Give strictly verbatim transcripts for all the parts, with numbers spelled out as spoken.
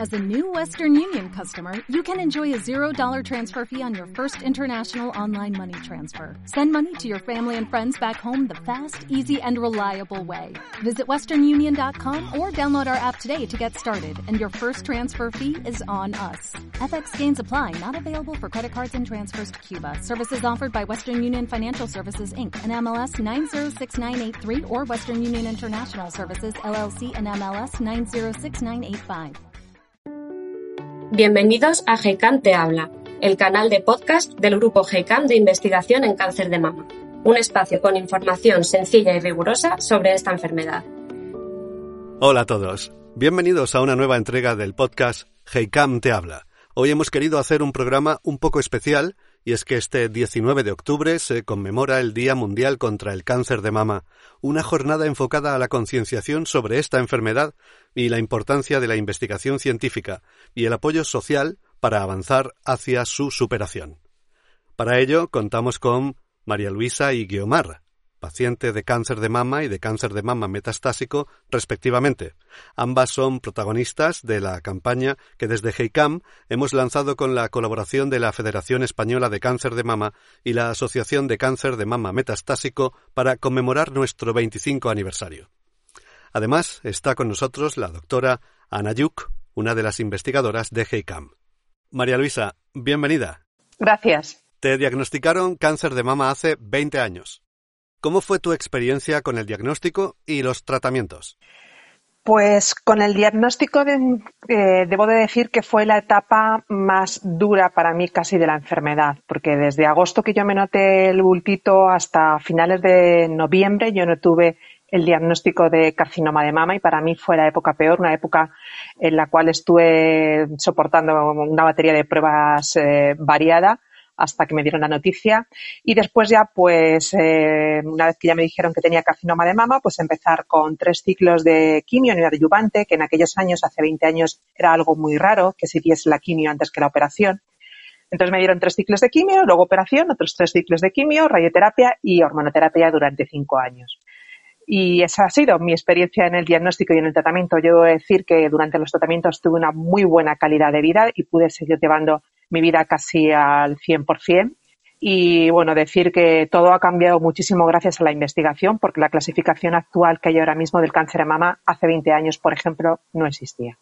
As a new Western Union customer, you can enjoy a zero dollars transfer fee on your first international online money transfer. Send money to your family and friends back home the fast, easy, and reliable way. Visit western union dot com or download our app today to get started, and your first transfer fee is on us. F X gains apply, not available for credit cards and transfers to Cuba. Services offered by Western Union Financial Services, Incorporated, and M L S nine zero six nine eight three or Western Union International Services, L L C, and M L S nine zero six nine eight five. Bienvenidos a GEICAM Te Habla, el canal de podcast del Grupo GEICAM de Investigación en Cáncer de Mama, un espacio con información sencilla y rigurosa sobre esta enfermedad. Hola a todos, bienvenidos a una nueva entrega del podcast GEICAM Te Habla. Hoy hemos querido hacer un programa un poco especial, y es que este diecinueve de octubre se conmemora el Día Mundial contra el Cáncer de Mama, una jornada enfocada a la concienciación sobre esta enfermedad y la importancia de la investigación científica y el apoyo social para avanzar hacia su superación. Para ello contamos con María Luisa y Guiomar, paciente de cáncer de mama y de cáncer de mama metastásico, respectivamente. Ambas son protagonistas de la campaña que desde GEICAM hemos lanzado con la colaboración de la Federación Española de Cáncer de Mama y la Asociación de Cáncer de Mama Metastásico para conmemorar nuestro veinticinco aniversario. Además, está con nosotros la doctora Ana Lluch, una de las investigadoras de GEICAM. María Luisa, bienvenida. Gracias. Te diagnosticaron cáncer de mama hace veinte años. ¿Cómo fue tu experiencia con el diagnóstico y los tratamientos? Pues con el diagnóstico de, eh, debo de decir que fue la etapa más dura para mí casi de la enfermedad, porque desde agosto que yo me noté el bultito hasta finales de noviembre yo no tuve el diagnóstico de carcinoma de mama y para mí fue la época peor, una época en la cual estuve soportando una batería de pruebas eh, variada hasta que me dieron la noticia y después ya pues eh, una vez que ya me dijeron que tenía carcinoma de mama pues empezar con tres ciclos de quimio neoadyuvante, que en aquellos años, hace veinte años, era algo muy raro que se diese la quimio antes que la operación. Entonces me dieron tres ciclos de quimio, luego operación, otros tres ciclos de quimio, radioterapia y hormonoterapia durante cinco años. Y esa ha sido mi experiencia en el diagnóstico y en el tratamiento. Yo debo decir que durante los tratamientos tuve una muy buena calidad de vida y pude seguir llevando mi vida casi al cien por ciento. Y bueno, decir que todo ha cambiado muchísimo gracias a la investigación, porque la clasificación actual que hay ahora mismo del cáncer de mama hace veinte años, por ejemplo, no existía.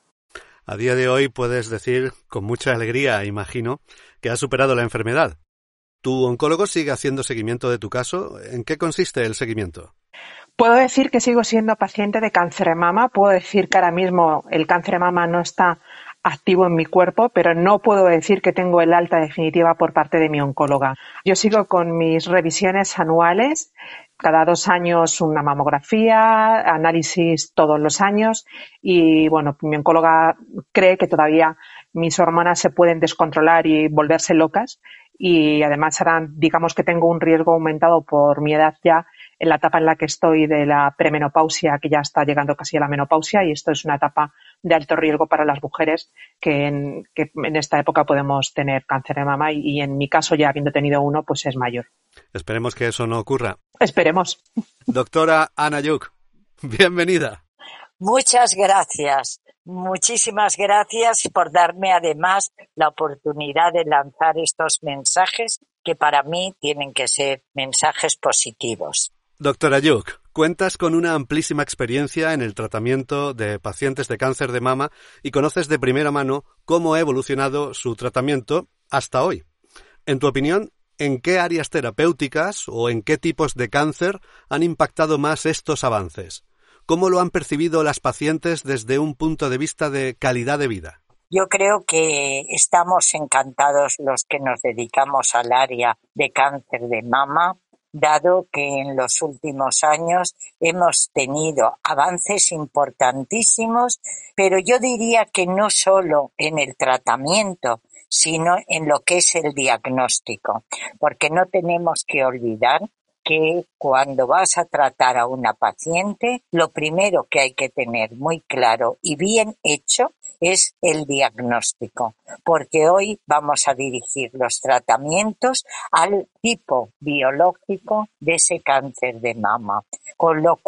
A día de hoy puedes decir con mucha alegría, imagino, que has superado la enfermedad. ¿Tu oncólogo sigue haciendo seguimiento de tu caso? ¿En qué consiste el seguimiento? Puedo decir que sigo siendo paciente de cáncer de mama. Puedo decir que ahora mismo el cáncer de mama no está activo en mi cuerpo, pero no puedo decir que tengo el alta definitiva por parte de mi oncóloga. Yo sigo con mis revisiones anuales, cada dos años una mamografía, análisis todos los años y bueno, mi oncóloga cree que todavía mis hormonas se pueden descontrolar y volverse locas y además ahora digamos que tengo un riesgo aumentado por mi edad ya en la etapa en la que estoy de la premenopausia, que ya está llegando casi a la menopausia y esto es una etapa de alto riesgo para las mujeres que en, que en esta época podemos tener cáncer de mama y, y en mi caso ya habiendo tenido uno pues es mayor. Esperemos que eso no ocurra. Esperemos. Doctora Ana Lluch, bienvenida. Muchas gracias. Muchísimas gracias por darme además la oportunidad de lanzar estos mensajes que para mí tienen que ser mensajes positivos. Doctora Lluch, cuentas con una amplísima experiencia en el tratamiento de pacientes de cáncer de mama y conoces de primera mano cómo ha evolucionado su tratamiento hasta hoy. En tu opinión, ¿en qué áreas terapéuticas o en qué tipos de cáncer han impactado más estos avances? ¿Cómo lo han percibido las pacientes desde un punto de vista de calidad de vida? Yo creo que estamos encantados los que nos dedicamos al área de cáncer de mama, dado que en los últimos años hemos tenido avances importantísimos, pero yo diría que no solo en el tratamiento, sino en lo que es el diagnóstico, porque no tenemos que olvidar que cuando vas a tratar a una paciente, lo primero que hay que tener muy claro y bien hecho es el diagnóstico, porque hoy vamos a dirigir los tratamientos al tipo biológico de ese cáncer de mama, con lo cual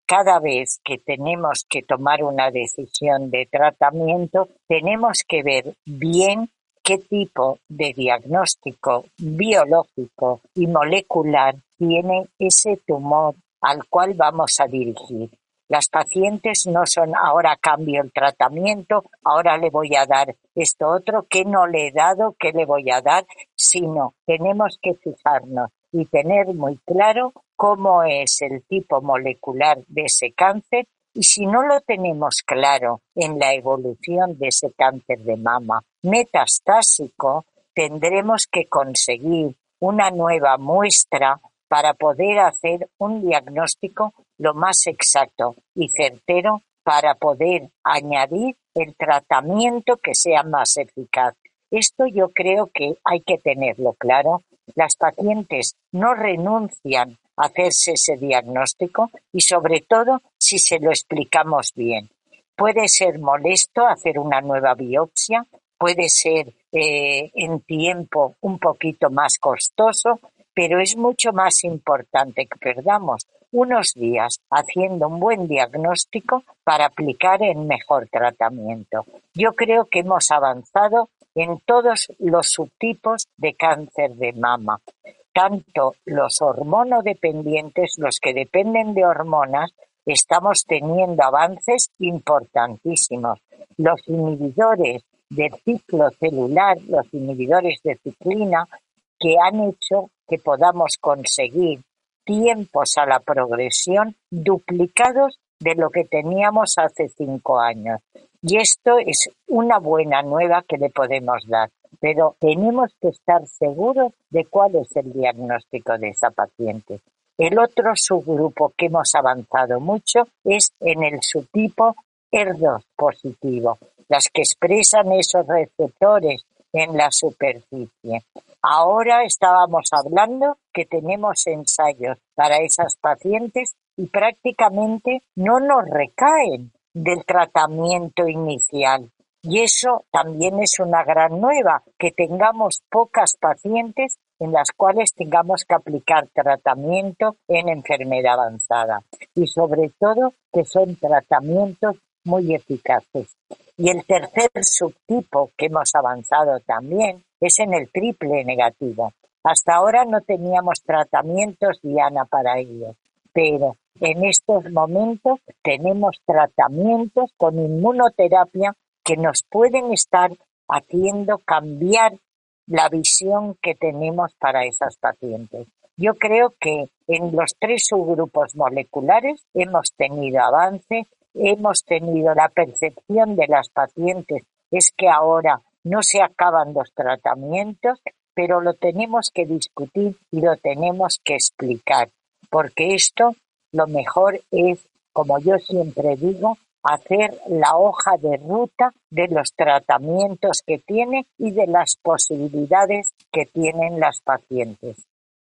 cada vez que tenemos que tomar una decisión de tratamiento, tenemos que ver bien qué tipo de diagnóstico biológico y molecular tiene ese tumor al cual vamos a dirigir. Las pacientes no son ahora cambio el tratamiento, ahora le voy a dar esto otro, que no le he dado, que le voy a dar, sino tenemos que fijarnos y tener muy claro cómo es el tipo molecular de ese cáncer, y si no lo tenemos claro en la evolución de ese cáncer de mama metastásico, tendremos que conseguir una nueva muestra para poder hacer un diagnóstico lo más exacto y certero para poder añadir el tratamiento que sea más eficaz. Esto yo creo que hay que tenerlo claro. Las pacientes no renuncian a hacerse ese diagnóstico y sobre todo si se lo explicamos bien. Puede ser molesto hacer una nueva biopsia, puede ser eh, en tiempo un poquito más costoso, pero es mucho más importante que perdamos unos días haciendo un buen diagnóstico para aplicar el mejor tratamiento. Yo creo que hemos avanzado en todos los subtipos de cáncer de mama, tanto los hormonodependientes, los que dependen de hormonas, estamos teniendo avances importantísimos. Los inhibidores del ciclo celular, los inhibidores de ciclina, que han hecho que podamos conseguir tiempos a la progresión duplicados de lo que teníamos hace cinco años. Y esto es una buena nueva que le podemos dar, pero tenemos que estar seguros de cuál es el diagnóstico de esa paciente. El otro subgrupo que hemos avanzado mucho es en el subtipo E R dos positivo, las que expresan esos receptores en la superficie. Ahora estábamos hablando que tenemos ensayos para esas pacientes y prácticamente no nos recaen del tratamiento inicial. Y eso también es una gran nueva, que tengamos pocas pacientes en las cuales tengamos que aplicar tratamiento en enfermedad avanzada. Y sobre todo que son tratamientos muy eficaces. Y el tercer subtipo que hemos avanzado también es en el triple negativo. Hasta ahora no teníamos tratamientos diana para ellos, pero en estos momentos tenemos tratamientos con inmunoterapia que nos pueden estar haciendo cambiar la visión que tenemos para esas pacientes. Yo creo que en los tres subgrupos moleculares hemos tenido avance. Hemos tenido la percepción de las pacientes, es que ahora no se acaban los tratamientos, pero lo tenemos que discutir y lo tenemos que explicar, porque esto lo mejor es, como yo siempre digo, hacer la hoja de ruta de los tratamientos que tiene y de las posibilidades que tienen las pacientes.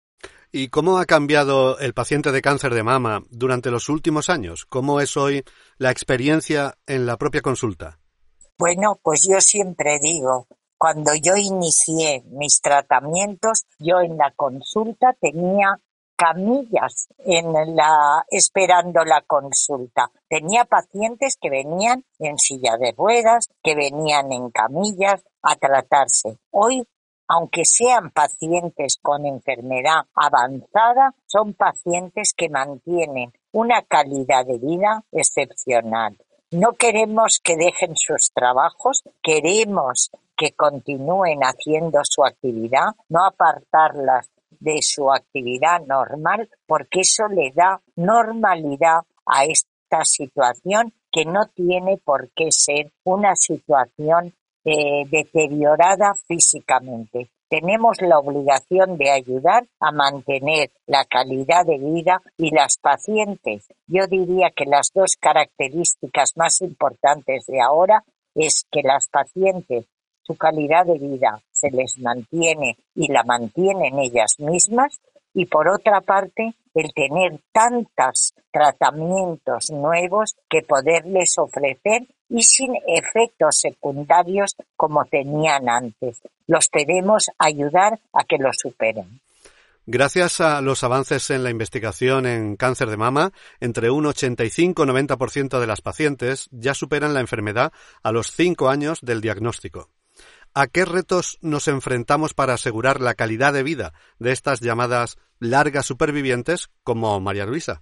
¿Y cómo ha cambiado el paciente de cáncer de mama durante los últimos años? ¿Cómo es hoy la experiencia en la propia consulta? Bueno, pues yo siempre digo, cuando yo inicié mis tratamientos, yo en la consulta tenía camillas en la, esperando la consulta. Tenía pacientes que venían en silla de ruedas, que venían en camillas a tratarse. Hoy, aunque sean pacientes con enfermedad avanzada, son pacientes que mantienen una calidad de vida excepcional. No queremos que dejen sus trabajos, queremos que continúen haciendo su actividad, no apartarlas de su actividad normal, porque eso le da normalidad a esta situación que no tiene por qué ser una situación Eh, deteriorada físicamente. Tenemos la obligación de ayudar a mantener la calidad de vida y las pacientes. Yo diría que las dos características más importantes de ahora es que las pacientes, su calidad de vida se les mantiene y la mantienen ellas mismas, y por otra parte el tener tantos tratamientos nuevos que poderles ofrecer y sin efectos secundarios como tenían antes. Los queremos ayudar a que lo superen. Gracias a los avances en la investigación en cáncer de mama, entre un ochenta y cinco a noventa por ciento de las pacientes ya superan la enfermedad a los cinco años del diagnóstico. ¿A qué retos nos enfrentamos para asegurar la calidad de vida de estas llamadas largas supervivientes como María Luisa?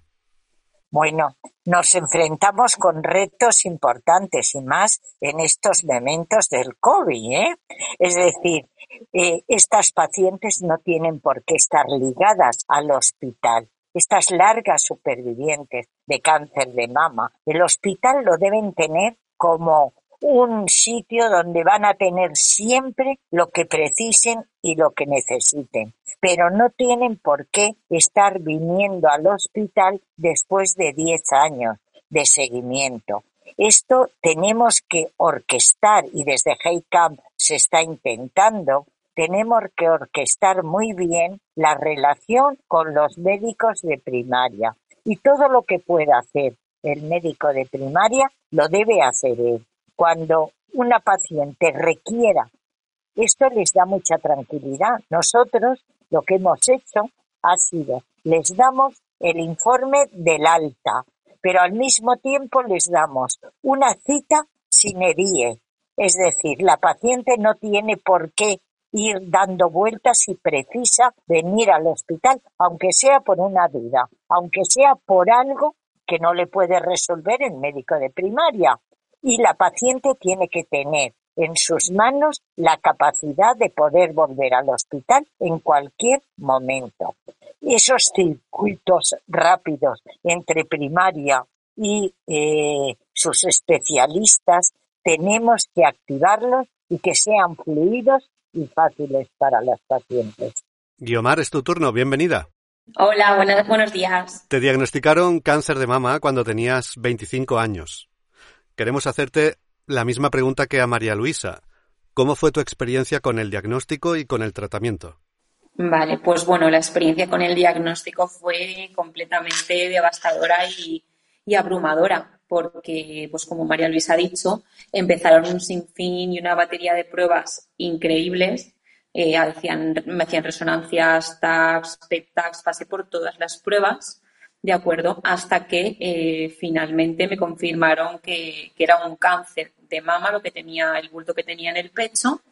Bueno, nos enfrentamos con retos importantes y más en estos momentos del COVID, ¿eh? Es decir, eh, estas pacientes no tienen por qué estar ligadas al hospital. Estas largas supervivientes de cáncer de mama, el hospital lo deben tener como un sitio donde van a tener siempre lo que precisen y lo que necesiten, pero no tienen por qué estar viniendo al hospital después de diez años de seguimiento. Esto tenemos que orquestar, y desde HEICAM se está intentando, tenemos que orquestar muy bien la relación con los médicos de primaria, y todo lo que pueda hacer el médico de primaria lo debe hacer él. Cuando una paciente requiera, esto les da mucha tranquilidad. Nosotros lo que hemos hecho ha sido, les damos el informe del alta, pero al mismo tiempo les damos una cita sine die. Es decir, la paciente no tiene por qué ir dando vueltas si precisa venir al hospital, aunque sea por una duda, aunque sea por algo que no le puede resolver el médico de primaria. Y la paciente tiene que tener en sus manos la capacidad de poder volver al hospital en cualquier momento. Esos circuitos rápidos entre primaria y eh, sus especialistas tenemos que activarlos y que sean fluidos y fáciles para las pacientes. Guiomar, es tu turno, bienvenida. Hola, buenas, buenos días. Te diagnosticaron cáncer de mama cuando tenías veinticinco años. Queremos hacerte la misma pregunta que a María Luisa. ¿Cómo fue tu experiencia con el diagnóstico y con el tratamiento? Vale, pues bueno, la experiencia con el diagnóstico fue completamente devastadora y, y abrumadora, porque, pues como María Luisa ha dicho, empezaron un sinfín y una batería de pruebas increíbles. Eh, hacían, me hacían resonancias, tags, P E T tags, pasé por todas las pruebas, de acuerdo, hasta que eh, finalmente me confirmaron que, que era un cáncer de mama, lo que tenía, el bulto que tenía en el pecho,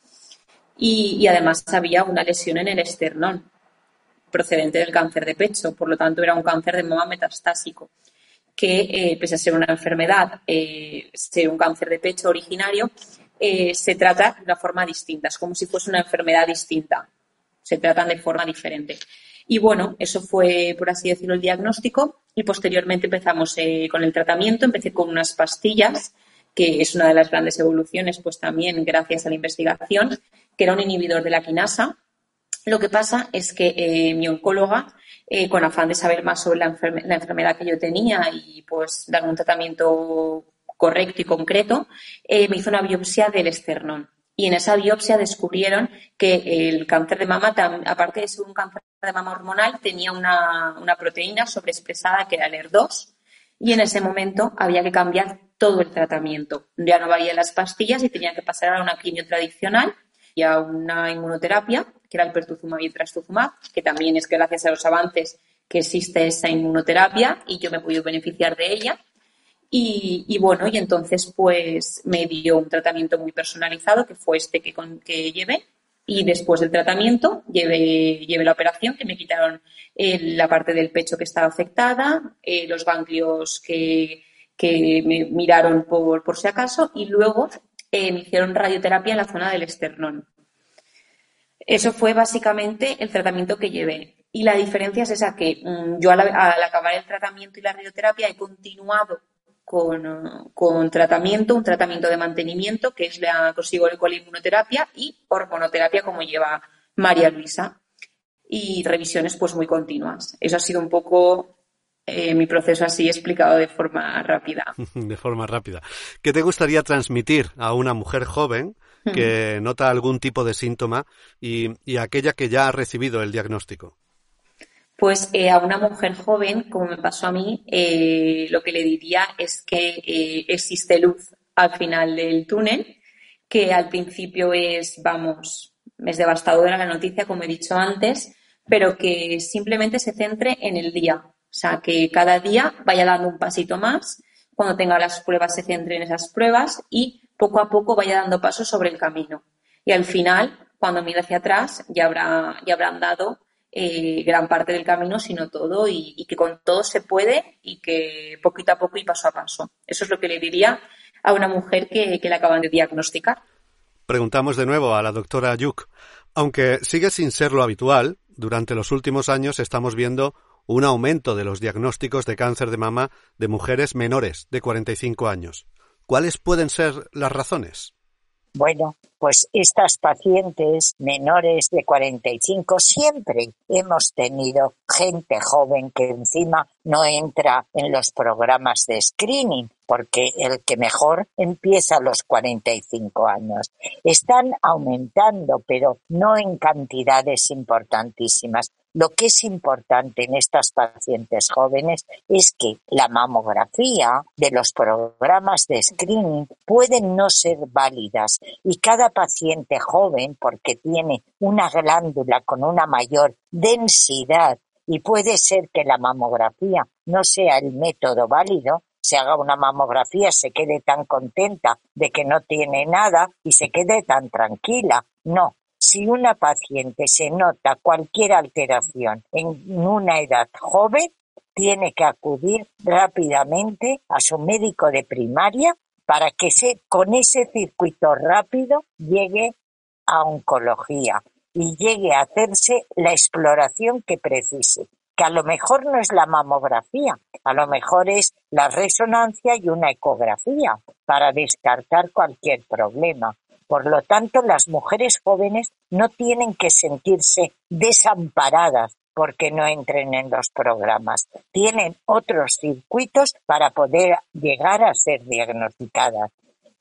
y, y además había una lesión en el esternón procedente del cáncer de pecho, por lo tanto era un cáncer de mama metastásico, que eh, pese a ser una enfermedad, eh, ser un cáncer de pecho originario, eh, se trata de una forma distinta, es como si fuese una enfermedad distinta, se tratan de forma diferente. Y bueno, eso fue, por así decirlo, el diagnóstico, y posteriormente empezamos eh, con el tratamiento. Empecé con unas pastillas, que es una de las grandes evoluciones, pues también gracias a la investigación, que era un inhibidor de la quinasa. Lo que pasa es que eh, mi oncóloga, eh, con afán de saber más sobre la, enferme- la enfermedad que yo tenía y pues dar un tratamiento correcto y concreto, eh, me hizo una biopsia del esternón. Y en esa biopsia descubrieron que el cáncer de mama, aparte de ser un cáncer de mama hormonal, tenía una, una proteína sobreexpresada que era el E R dos, y en ese momento había que cambiar todo el tratamiento. Ya no valían las pastillas y tenía que pasar a una quimio tradicional y a una inmunoterapia, que era el pertuzumab y el trastuzumab, que también es que gracias a los avances que existe esa inmunoterapia y yo me he podido beneficiar de ella. Y, y bueno, y entonces pues me dio un tratamiento muy personalizado, que fue este que, con, que llevé, y después del tratamiento llevé, llevé la operación, que me quitaron eh, la parte del pecho que estaba afectada, eh, los ganglios que, que me miraron por, por si acaso, y luego eh, me hicieron radioterapia en la zona del esternón. Eso fue básicamente el tratamiento que llevé. Y la diferencia es esa, que mmm, yo al, al acabar el tratamiento y la radioterapia he continuado Con, con tratamiento, un tratamiento de mantenimiento, que es la corticosteroide y hormonoterapia, como lleva María Luisa, y revisiones pues muy continuas. Eso ha sido un poco eh, mi proceso así explicado de forma rápida. De forma rápida. ¿Qué te gustaría transmitir a una mujer joven que nota algún tipo de síntoma y, y a aquella que ya ha recibido el diagnóstico? Pues eh, a una mujer joven, como me pasó a mí, eh, lo que le diría es que eh, existe luz al final del túnel, que al principio es, vamos, es devastadora la noticia, como he dicho antes, pero que simplemente se centre en el día. O sea, que cada día vaya dando un pasito más, cuando tenga las pruebas se centre en esas pruebas y poco a poco vaya dando pasos sobre el camino. Y al final, cuando mire hacia atrás, ya habrá, ya habrán dado eh, gran parte del camino, si no todo, y, y que con todo se puede y que poquito a poco y paso a paso. Eso es lo que le diría a una mujer que, que le acaban de diagnosticar. Preguntamos de nuevo a la doctora Yuk. Aunque sigue sin ser lo habitual, durante los últimos años estamos viendo un aumento de los diagnósticos de cáncer de mama de mujeres menores de cuarenta y cinco años. ¿Cuáles pueden ser las razones? Bueno, pues estas pacientes menores de cuarenta y cinco siempre hemos tenido gente joven que encima no entra en los programas de screening, porque el que mejor empieza a los cuarenta y cinco años. Están aumentando, pero no en cantidades importantísimas. Lo que es importante en estas pacientes jóvenes es que la mamografía de los programas de screening pueden no ser válidas y cada paciente joven, porque tiene una glándula con una mayor densidad y puede ser que la mamografía no sea el método válido, se haga una mamografía, se quede tan contenta de que no tiene nada y se quede tan tranquila. No. Si una paciente se nota cualquier alteración en una edad joven, tiene que acudir rápidamente a su médico de primaria para que se, con ese circuito rápido llegue a oncología y llegue a hacerse la exploración que precise. Que a lo mejor no es la mamografía, a lo mejor es la resonancia y una ecografía para descartar cualquier problema. Por lo tanto, las mujeres jóvenes no tienen que sentirse desamparadas porque no entren en los programas. Tienen otros circuitos para poder llegar a ser diagnosticadas.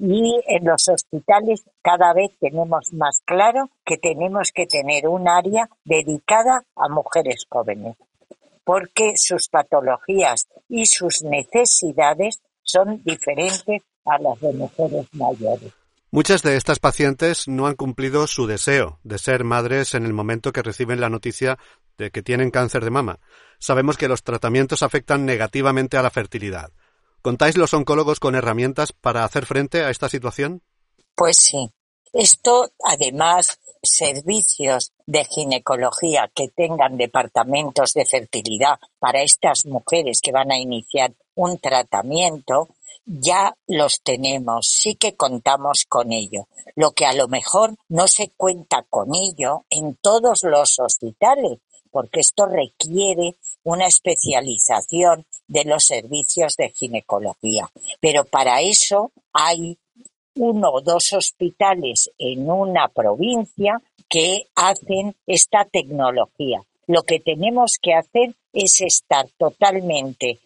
Y en los hospitales cada vez tenemos más claro que tenemos que tener un área dedicada a mujeres jóvenes, porque sus patologías y sus necesidades son diferentes a las de mujeres mayores. Muchas de estas pacientes no han cumplido su deseo de ser madres en el momento que reciben la noticia de que tienen cáncer de mama. Sabemos que los tratamientos afectan negativamente a la fertilidad. ¿Contáis los oncólogos con herramientas para hacer frente a esta situación? Pues sí. Esto, además, servicios de ginecología que tengan departamentos de fertilidad para estas mujeres que van a iniciar un tratamiento, ya los tenemos, sí que contamos con ello. Lo que a lo mejor no se cuenta con ello en todos los hospitales, porque esto requiere una especialización de los servicios de ginecología. Pero para eso hay uno o dos hospitales en una provincia que hacen esta tecnología. Lo que tenemos que hacer es estar totalmente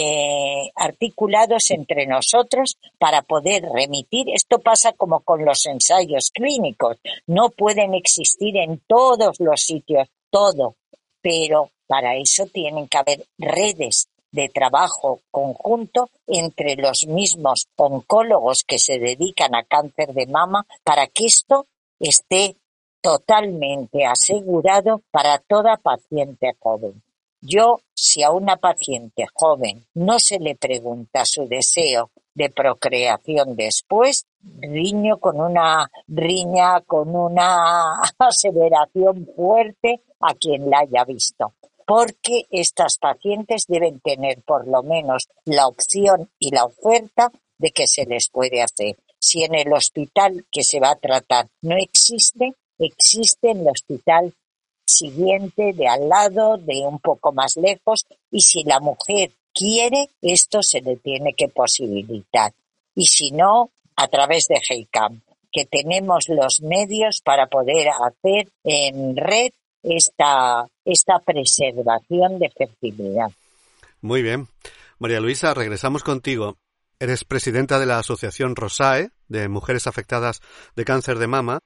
Eh, articulados entre nosotros para poder remitir. Esto pasa como con los ensayos clínicos, no pueden existir en todos los sitios, todo, pero para eso tienen que haber redes de trabajo conjunto entre los mismos oncólogos que se dedican a cáncer de mama para que esto esté totalmente asegurado para toda paciente joven. Yo, si a una paciente joven no se le pregunta su deseo de procreación después, riño con una riña, con una aseveración fuerte a quien la haya visto. Porque estas pacientes deben tener por lo menos la opción y la oferta de que se les puede hacer. Si en el hospital que se va a tratar no existe, existe en el hospital siguiente, de al lado, de un poco más lejos, y si la mujer quiere, esto se le tiene que posibilitar. Y si no, a través de GEICAM, que tenemos los medios para poder hacer en red esta, esta preservación de fertilidad. Muy bien. María Luisa, regresamos contigo. Eres presidenta de la Asociación ROSAE, de Mujeres Afectadas de Cáncer de Mama,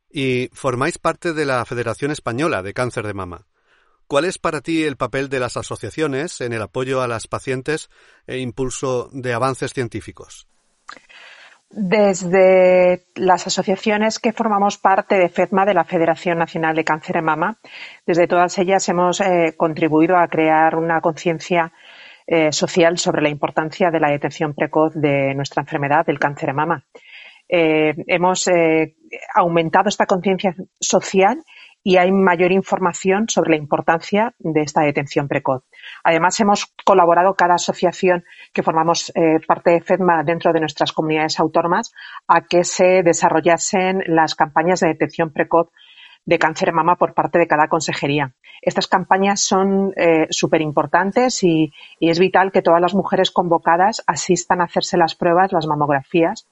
y formáis parte de la Federación Española de Cáncer de Mama. ¿Cuál es para ti el papel de las asociaciones en el apoyo a las pacientes e impulso de avances científicos? Desde las asociaciones que formamos parte de FEDMA, de la Federación Nacional de Cáncer de Mama, desde todas ellas hemos eh, contribuido a crear una conciencia eh, social sobre la importancia de la detección precoz de nuestra enfermedad, del cáncer de mama. Eh, hemos eh, aumentado esta conciencia social y hay mayor información sobre la importancia de esta detención precoz. Además, hemos colaborado cada asociación que formamos eh, parte de FEDMA dentro de nuestras comunidades autónomas a que se desarrollasen las campañas de detección precoz de cáncer de mama por parte de cada consejería. Estas campañas son eh, súper importantes y, y es vital que todas las mujeres convocadas asistan a hacerse las pruebas, las mamografías,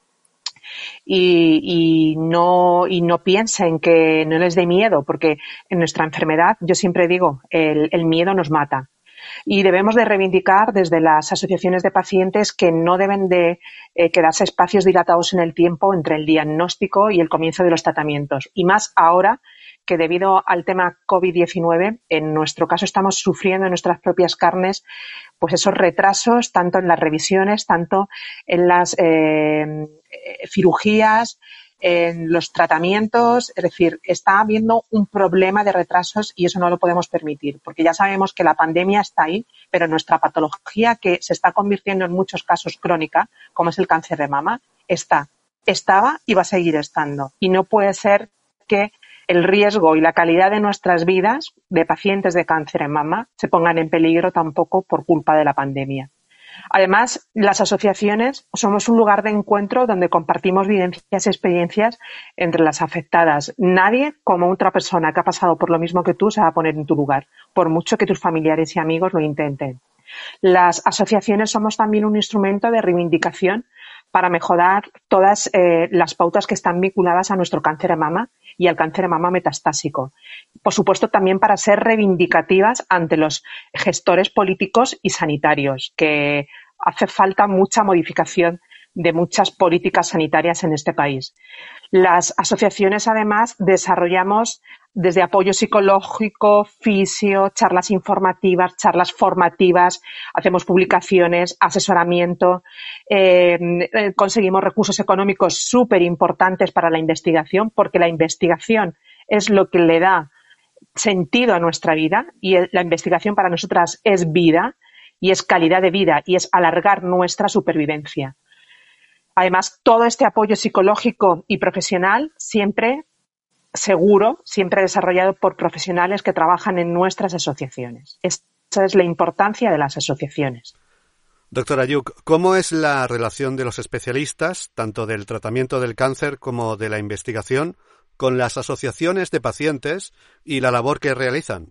Y, y no y no piensen, que no les dé miedo, porque en nuestra enfermedad, yo siempre digo, el, el miedo nos mata. Y debemos de reivindicar desde las asociaciones de pacientes que no deben de eh, quedarse espacios dilatados en el tiempo entre el diagnóstico y el comienzo de los tratamientos. Y más ahora que debido al tema COVID diecinueve, en nuestro caso estamos sufriendo en nuestras propias carnes pues esos retrasos, tanto en las revisiones, tanto en las eh, cirugías, en los tratamientos. Es decir, está habiendo un problema de retrasos y eso no lo podemos permitir, porque ya sabemos que la pandemia está ahí, pero nuestra patología, que se está convirtiendo en muchos casos crónica, como es el cáncer de mama, está, estaba y va a seguir estando. Y no puede ser que el riesgo y la calidad de nuestras vidas de pacientes de cáncer en mama se pongan en peligro tampoco por culpa de la pandemia. Además, las asociaciones somos un lugar de encuentro donde compartimos vivencias y experiencias entre las afectadas. Nadie, como otra persona que ha pasado por lo mismo que tú, se va a poner en tu lugar, por mucho que tus familiares y amigos lo intenten. Las asociaciones somos también un instrumento de reivindicación para mejorar todas eh, las pautas que están vinculadas a nuestro cáncer de mama y al cáncer de mama metastásico. Por supuesto, también para ser reivindicativas ante los gestores políticos y sanitarios, que hace falta mucha modificación de muchas políticas sanitarias en este país. Las asociaciones, además, desarrollamos desde apoyo psicológico, fisio, charlas informativas, charlas formativas, hacemos publicaciones, asesoramiento, eh, eh, conseguimos recursos económicos súper importantes para la investigación, porque la investigación es lo que le da sentido a nuestra vida y la investigación para nosotras es vida y es calidad de vida y es alargar nuestra supervivencia. Además, todo este apoyo psicológico y profesional siempre seguro, siempre desarrollado por profesionales que trabajan en nuestras asociaciones. Esa es la importancia de las asociaciones. Doctora Ayuk, ¿cómo es la relación de los especialistas, tanto del tratamiento del cáncer como de la investigación, con las asociaciones de pacientes y la labor que realizan?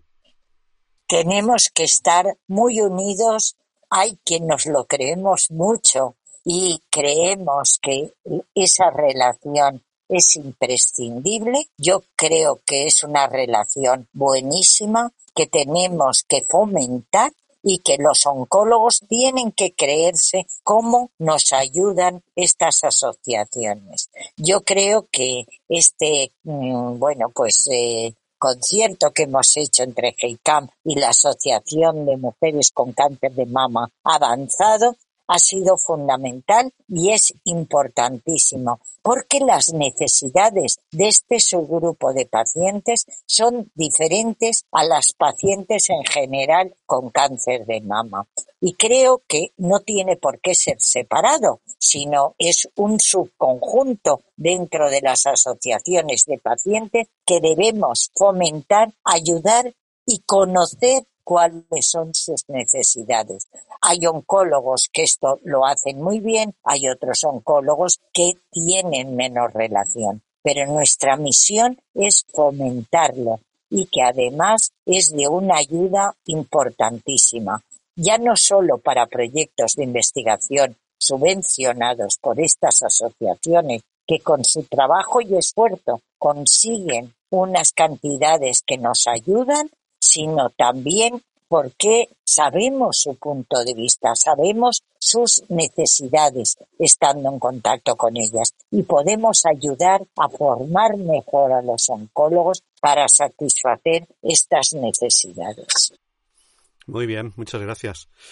Tenemos que estar muy unidos. Hay quien nos lo creemos mucho y creemos que esa relación es imprescindible. Yo creo que es una relación buenísima que tenemos que fomentar y que los oncólogos tienen que creerse cómo nos ayudan estas asociaciones. Yo creo que este, bueno, pues eh, concierto que hemos hecho entre GEICAM y la Asociación de Mujeres con Cáncer de Mama Avanzado ha sido fundamental y es importantísimo, porque las necesidades de este subgrupo de pacientes son diferentes a las pacientes en general con cáncer de mama. Y creo que no tiene por qué ser separado, sino es un subconjunto dentro de las asociaciones de pacientes que debemos fomentar, ayudar y conocer cuáles son sus necesidades. Hay oncólogos que esto lo hacen muy bien, hay otros oncólogos que tienen menos relación, pero nuestra misión es fomentarlo y que además es de una ayuda importantísima, ya no solo para proyectos de investigación subvencionados por estas asociaciones que con su trabajo y esfuerzo consiguen unas cantidades que nos ayudan, sino también porque sabemos su punto de vista, sabemos sus necesidades estando en contacto con ellas y podemos ayudar a formar mejor a los oncólogos para satisfacer estas necesidades. Muy bien, muchas gracias.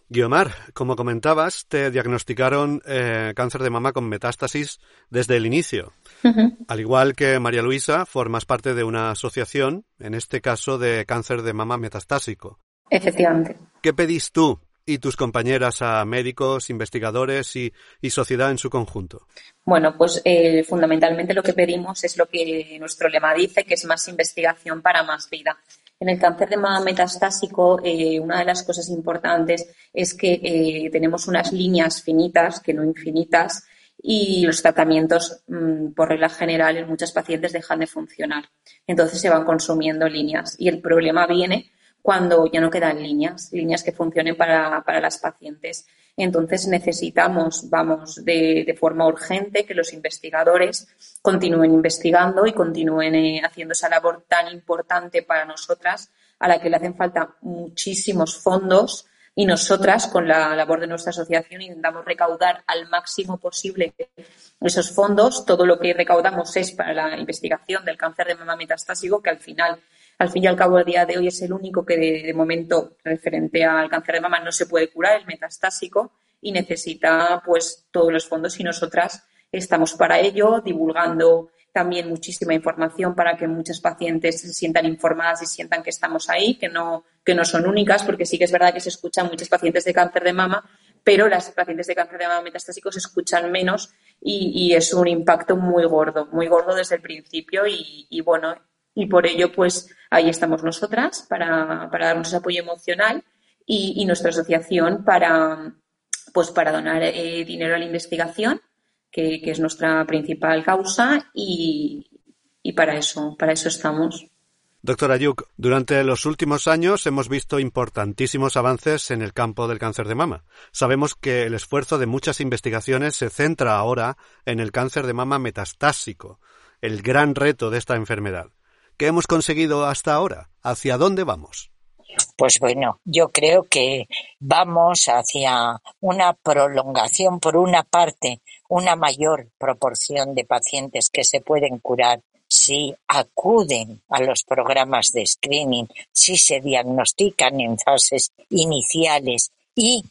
Guiomar, como comentabas, te diagnosticaron eh, cáncer de mama con metástasis desde el inicio. Uh-huh. Al igual que María Luisa, formas parte de una asociación, en este caso de cáncer de mama metastásico. Efectivamente. ¿Qué pedís tú y tus compañeras a médicos, investigadores y, y sociedad en su conjunto? Bueno, pues eh, fundamentalmente lo que pedimos es lo que nuestro lema dice, que es más investigación para más vida. En el cáncer de mama metastásico, eh, una de las cosas importantes es que eh, tenemos unas líneas finitas, que no infinitas, y los tratamientos, mmm, por regla general, en muchos pacientes dejan de funcionar. Entonces se van consumiendo líneas y el problema viene cuando ya no quedan líneas, líneas que funcionen para, para las pacientes. Entonces necesitamos, vamos, de, de forma urgente que los investigadores continúen investigando y continúen eh, haciendo esa labor tan importante para nosotras, a la que le hacen falta muchísimos fondos, y nosotras, con la labor de nuestra asociación, intentamos recaudar al máximo posible esos fondos. Todo lo que recaudamos es para la investigación del cáncer de mama metastásico, que al final, al fin y al cabo, el día de hoy es el único que de, de momento, referente al cáncer de mama, no se puede curar, el metastásico, y necesita pues todos los fondos, y nosotras estamos para ello, divulgando también muchísima información para que muchas pacientes se sientan informadas y sientan que estamos ahí, que no, que no son únicas, porque sí que es verdad que se escuchan muchas pacientes de cáncer de mama, pero las pacientes de cáncer de mama metastásico se escuchan menos y, y es un impacto muy gordo, muy gordo desde el principio y, y bueno, y por ello pues ahí estamos nosotras para, para darnos apoyo emocional y, y nuestra asociación para, pues para donar eh, dinero a la investigación, Que, que es nuestra principal causa y, y para eso, para eso estamos. Doctora Ayuk, durante los últimos años hemos visto importantísimos avances en el campo del cáncer de mama. Sabemos que el esfuerzo de muchas investigaciones se centra ahora en el cáncer de mama metastásico, el gran reto de esta enfermedad. ¿Qué hemos conseguido hasta ahora? ¿Hacia dónde vamos? Pues bueno, yo creo que vamos hacia una prolongación, por una parte, una mayor proporción de pacientes que se pueden curar si acuden a los programas de screening, si se diagnostican en fases iniciales y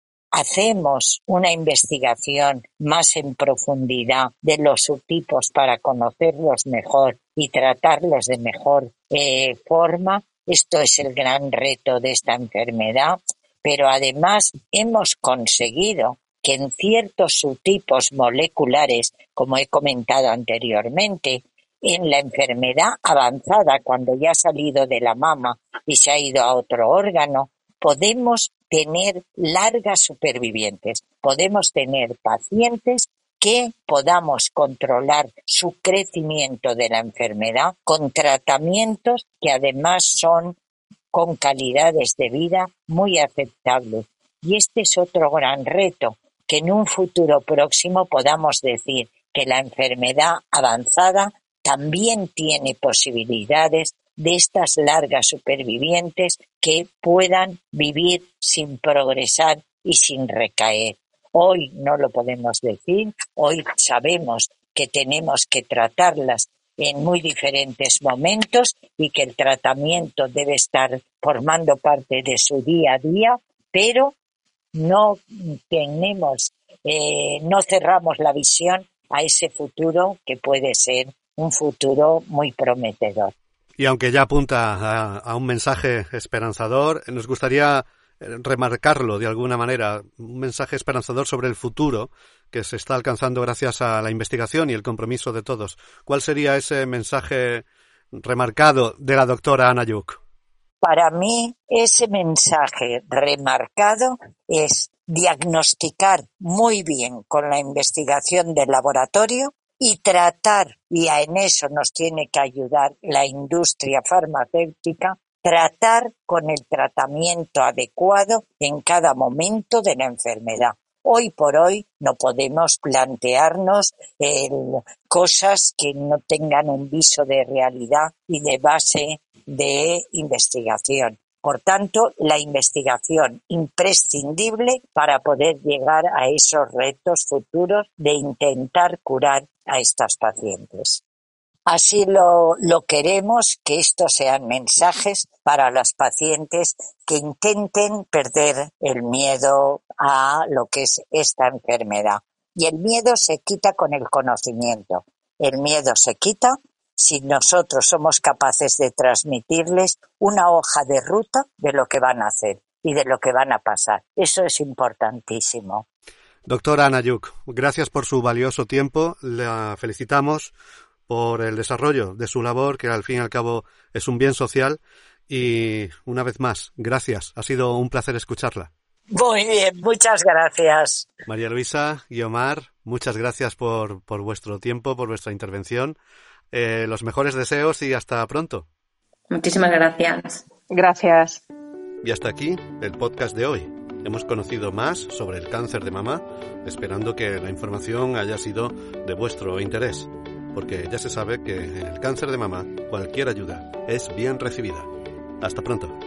hacemos una investigación más en profundidad de los subtipos para conocerlos mejor y tratarlos de mejor eh, forma. Esto es el gran reto de esta enfermedad, pero además hemos conseguido que en ciertos subtipos moleculares, como he comentado anteriormente, en la enfermedad avanzada, cuando ya ha salido de la mama y se ha ido a otro órgano, podemos tener largas supervivientes, podemos tener pacientes que podamos controlar su crecimiento de la enfermedad con tratamientos que además son con calidades de vida muy aceptables. Y este es otro gran reto, que en un futuro próximo podamos decir que la enfermedad avanzada también tiene posibilidades de estas largas supervivientes que puedan vivir sin progresar y sin recaer. Hoy no lo podemos decir, hoy sabemos que tenemos que tratarlas en muy diferentes momentos y que el tratamiento debe estar formando parte de su día a día, pero no tenemos, eh, no cerramos la visión a ese futuro que puede ser un futuro muy prometedor. Y aunque ya apunta a, a un mensaje esperanzador, nos gustaría remarcarlo de alguna manera, un mensaje esperanzador sobre el futuro que se está alcanzando gracias a la investigación y el compromiso de todos. ¿Cuál sería ese mensaje remarcado de la doctora Ana Ayuk? Para mí, ese mensaje remarcado es diagnosticar muy bien con la investigación del laboratorio y tratar, y en eso nos tiene que ayudar la industria farmacéutica, tratar con el tratamiento adecuado en cada momento de la enfermedad. Hoy por hoy no podemos plantearnos eh, cosas que no tengan un viso de realidad y de base de investigación. Por tanto, la investigación imprescindible para poder llegar a esos retos futuros de intentar curar a estas pacientes. Así lo, lo queremos, que estos sean mensajes para las pacientes que intenten perder el miedo a lo que es esta enfermedad. Y el miedo se quita con el conocimiento. El miedo se quita si nosotros somos capaces de transmitirles una hoja de ruta de lo que van a hacer y de lo que van a pasar. Eso es importantísimo. Doctora Ana Lluch, gracias por su valioso tiempo. La felicitamos por el desarrollo de su labor, que al fin y al cabo es un bien social. Y una vez más, gracias. Ha sido un placer escucharla. Muy bien, muchas gracias. María Luisa y Omar, muchas gracias por, por vuestro tiempo, por vuestra intervención. Eh, los mejores deseos y hasta pronto. Muchísimas gracias. Gracias. Y hasta aquí el podcast de hoy. Hemos conocido más sobre el cáncer de mama, esperando que la información haya sido de vuestro interés, porque ya se sabe que en el cáncer de mama cualquier ayuda es bien recibida. Hasta pronto.